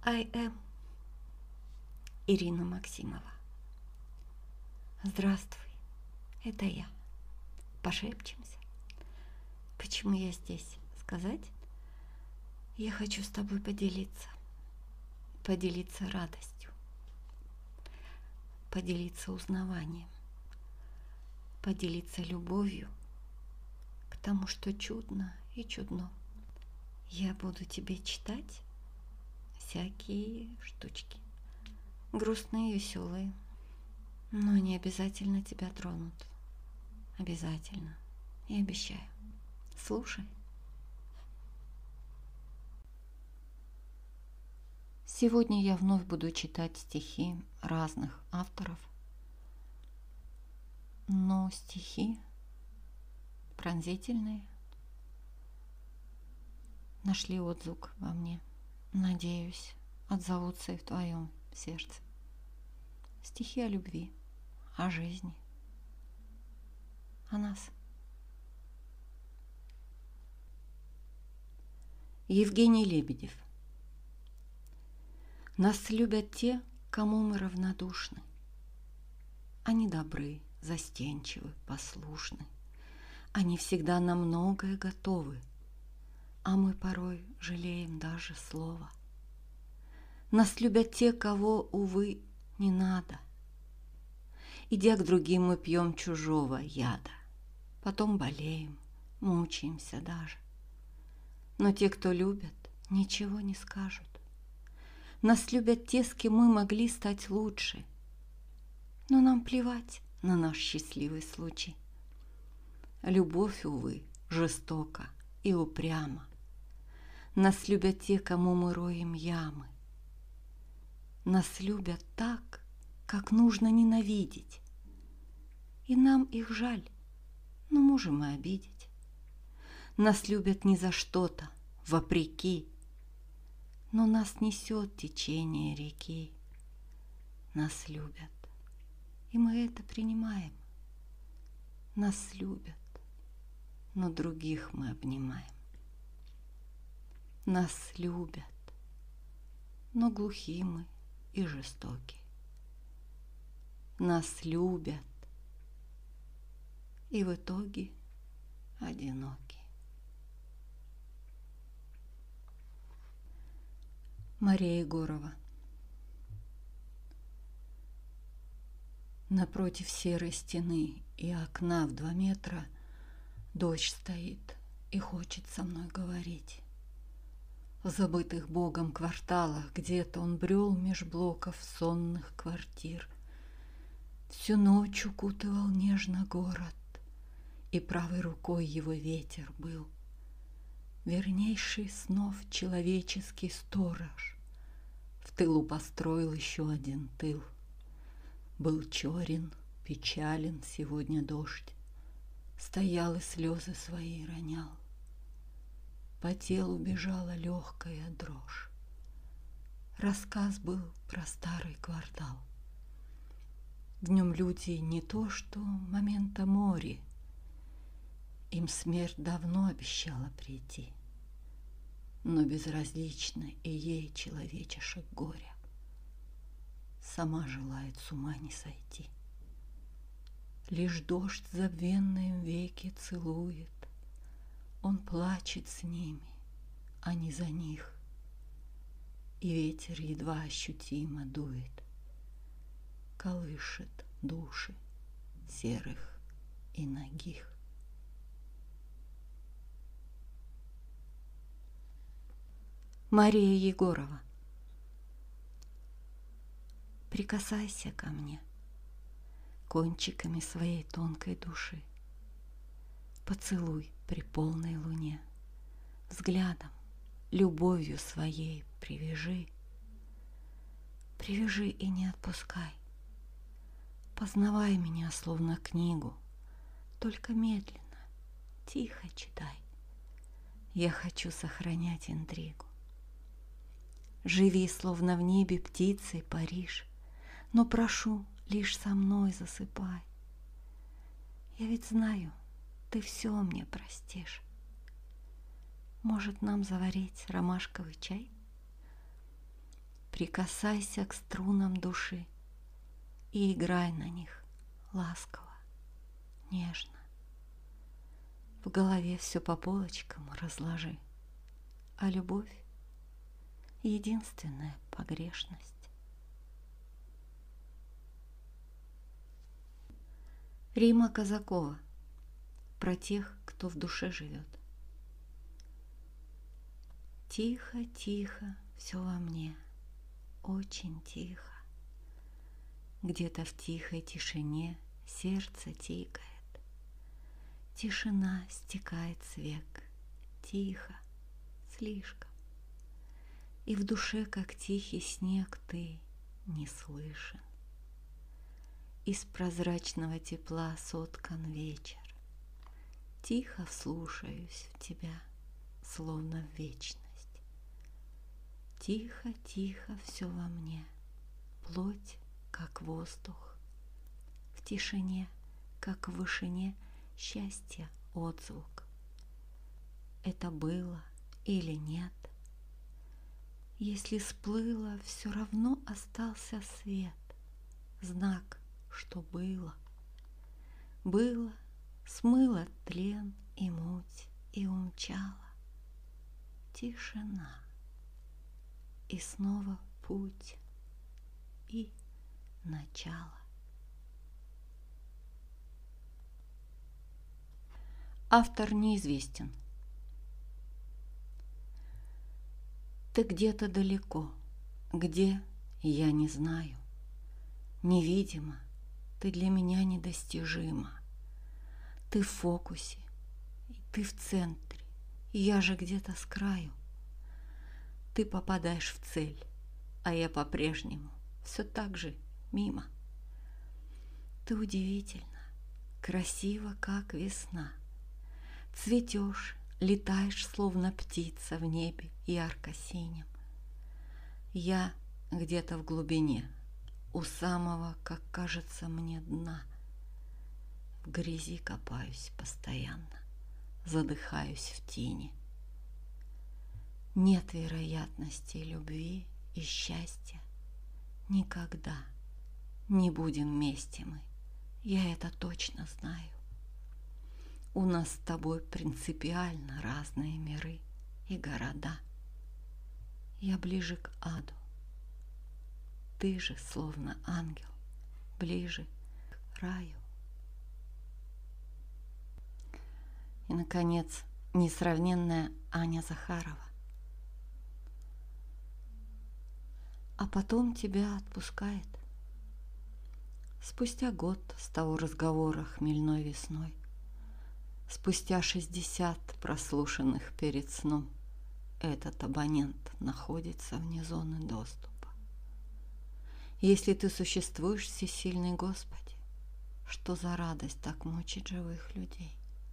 I am Ирина Максимова. Здравствуй, это я. Пошепчемся. Почему я здесь? Сказать? Я хочу с тобой поделиться радостью, поделиться узнаванием, поделиться любовью к тому, что чудно и чудно. Я буду тебе читать всякие штучки, грустные, веселые, но они обязательно тебя тронут. Обязательно. Я обещаю. Слушай. Сегодня я вновь буду читать стихи разных авторов, но стихи пронзительные, нашли отзвук во мне. Надеюсь, отзовутся и в твоем сердце. Стихи о любви, о жизни, о нас. Евгений Лебедев. Нас любят те, кому мы равнодушны. Они добры, застенчивы, послушны. Они всегда на многое готовы, а мы порой жалеем даже слова. Нас любят те, кого, увы, не надо. Идя к другим, мы пьем чужого яда. Потом болеем, мучаемся даже. Но те, кто любят, ничего не скажут. Нас любят те, с кем мы могли стать лучше. Но нам плевать на наш счастливый случай. Любовь, увы, жестока и упряма. Нас любят те, кому мы роем ямы. Нас любят так, как нужно ненавидеть. И нам их жаль, но можем мы обидеть. Нас любят не за что-то, вопреки, но нас несет течение реки. Нас любят, и мы это принимаем. Нас любят, но других мы обнимаем. Нас любят, но глухи мы и жестоки. Нас любят, и в итоге одиноки. Мария Егорова. Напротив серой стены и окна в 2 метра дождь стоит и хочет со мной говорить. В забытых Богом кварталах где-то он брел меж блоков сонных квартир. Всю ночь укутывал нежно город, и правой рукой его ветер был. Вернейший снов человеческий сторож в тылу построил еще один тыл. Был черен, печален сегодня дождь, стоял и слезы свои ронял. По телу бежала легкая дрожь. Рассказ был про старый квартал. В нем люди не то что момента мори, им смерть давно обещала прийти, но безразлично и ей человечешек горя. Сама желает с ума не сойти. Лишь дождь забвенные веки целует, он плачет с ними, а не за них, и ветер едва ощутимо дует, колышет души серых и нагих. Мария Егорова. Прикасайся ко мне кончиками своей тонкой души. Поцелуй при полной луне, взглядом, любовью своей привяжи. Привяжи и не отпускай. Познавай меня, словно книгу, только медленно, тихо читай. Я хочу сохранять интригу. Живи, словно в небе птицей паришь, но прошу, лишь со мной засыпай. Я ведь знаю, ты все мне простишь. Может, нам заварить ромашковый чай? Прикасайся к струнам души и играй на них ласково, нежно. В голове все по полочкам разложи, а любовь — единственная погрешность. Рима Казакова. Про тех, кто в душе живет. Тихо, тихо, все во мне, очень тихо. Где-то в тихой тишине сердце тикает. Тишина стекает с век, тихо, слишком. И в душе, как тихий снег, ты не слышен. Из прозрачного тепла соткан вечер. Тихо вслушаюсь в тебя, словно в вечность. Тихо, тихо все во мне, плоть, как воздух. В тишине, как в вышине, счастья отзвук. Это было или нет? Если сплыло, все равно остался свет, знак, что было. Было, смыло тлен и муть и умчала. Тишина. И снова путь и начало. Автор неизвестен. Ты где-то далеко, где, я не знаю. Невидимо, ты для меня недостижима. Ты в фокусе, ты в центре, и я же где-то с краю. Ты попадаешь в цель, а я по-прежнему все так же мимо. Ты удивительно, красиво, как весна. Цветешь, летаешь, словно птица в небе ярко-синем. Я где-то в глубине, у самого, как кажется мне, дна. В грязи копаюсь постоянно, задыхаюсь в тени. Нет вероятности любви и счастья. Никогда не будем вместе мы, я это точно знаю. У нас с тобой принципиально разные миры и города. Я ближе к аду. Ты же, словно ангел, ближе к раю. И, наконец, несравненная Аня Захарова. А потом тебя отпускает. Спустя год с того разговора хмельной весной, спустя 60 прослушанных перед сном, этот абонент находится вне зоны доступа. Если ты существуешь, всесильный Господи, что за радость так мучить живых людей?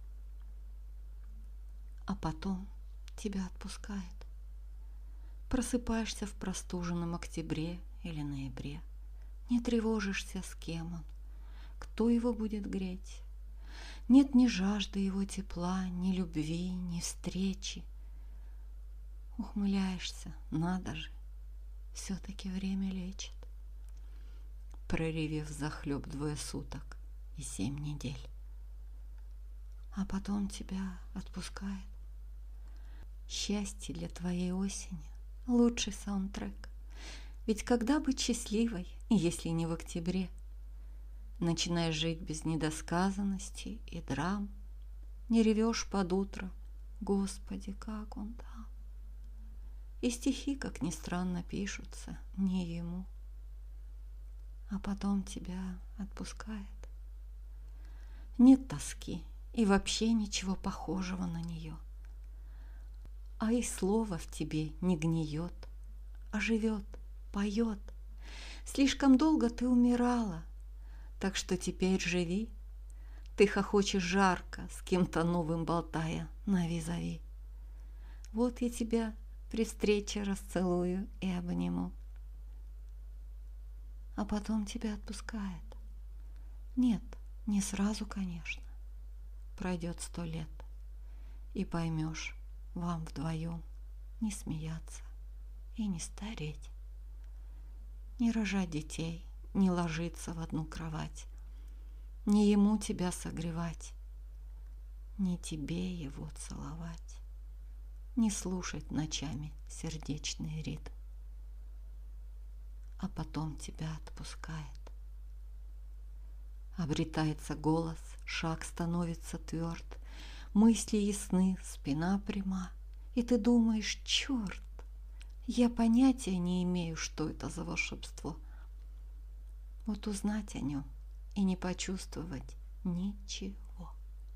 А потом тебя отпускает. Просыпаешься в простуженном октябре или ноябре. Не тревожишься, с кем он, кто его будет греть. Нет ни жажды его тепла, ни любви, ни встречи. Ухмыляешься, надо же, все-таки время лечит. Проревев захлеб 2 суток и 7 недель. А потом тебя отпускает. Счастье для твоей осени — лучший саундтрек. Ведь когда быть счастливой, если не в октябре? Начинаешь жить без недосказанностей и драм. Не ревешь под утро: Господи, как он там. И стихи, как ни странно, пишутся не ему. А потом тебя отпускает. Нет тоски и вообще ничего похожего на нее. А и слово в тебе не гниет, а живет, поет. Слишком долго ты умирала, так что теперь живи. Ты хохочешь жарко, с кем-то новым болтая на визави. Вот я тебя при встрече расцелую и обниму. А потом тебя отпускает. Нет, не сразу, конечно. Пройдет 100 лет, и поймешь, вам вдвоем не смеяться и не стареть. Не рожать детей, не ложиться в одну кровать, не ему тебя согревать, не тебе его целовать, не слушать ночами сердечный ритм, а потом тебя отпускает. Обретается голос, шаг становится тверд, мысли ясны, спина пряма, и ты думаешь: черт, я понятия не имею, что это за волшебство. Вот узнать о нем и не почувствовать ничего.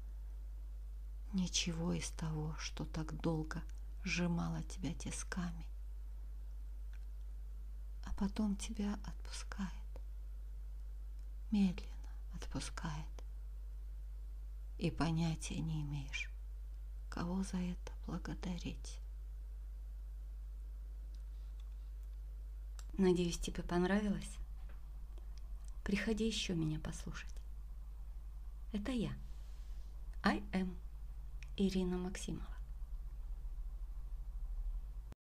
Ничего из того, что так долго сжимало тебя тисками, а потом тебя отпускает, медленно отпускает, и понятия не имеешь, кого за это благодарить. Надеюсь, тебе понравилось? Приходи еще меня послушать. Это я, I am Ирина Максимова.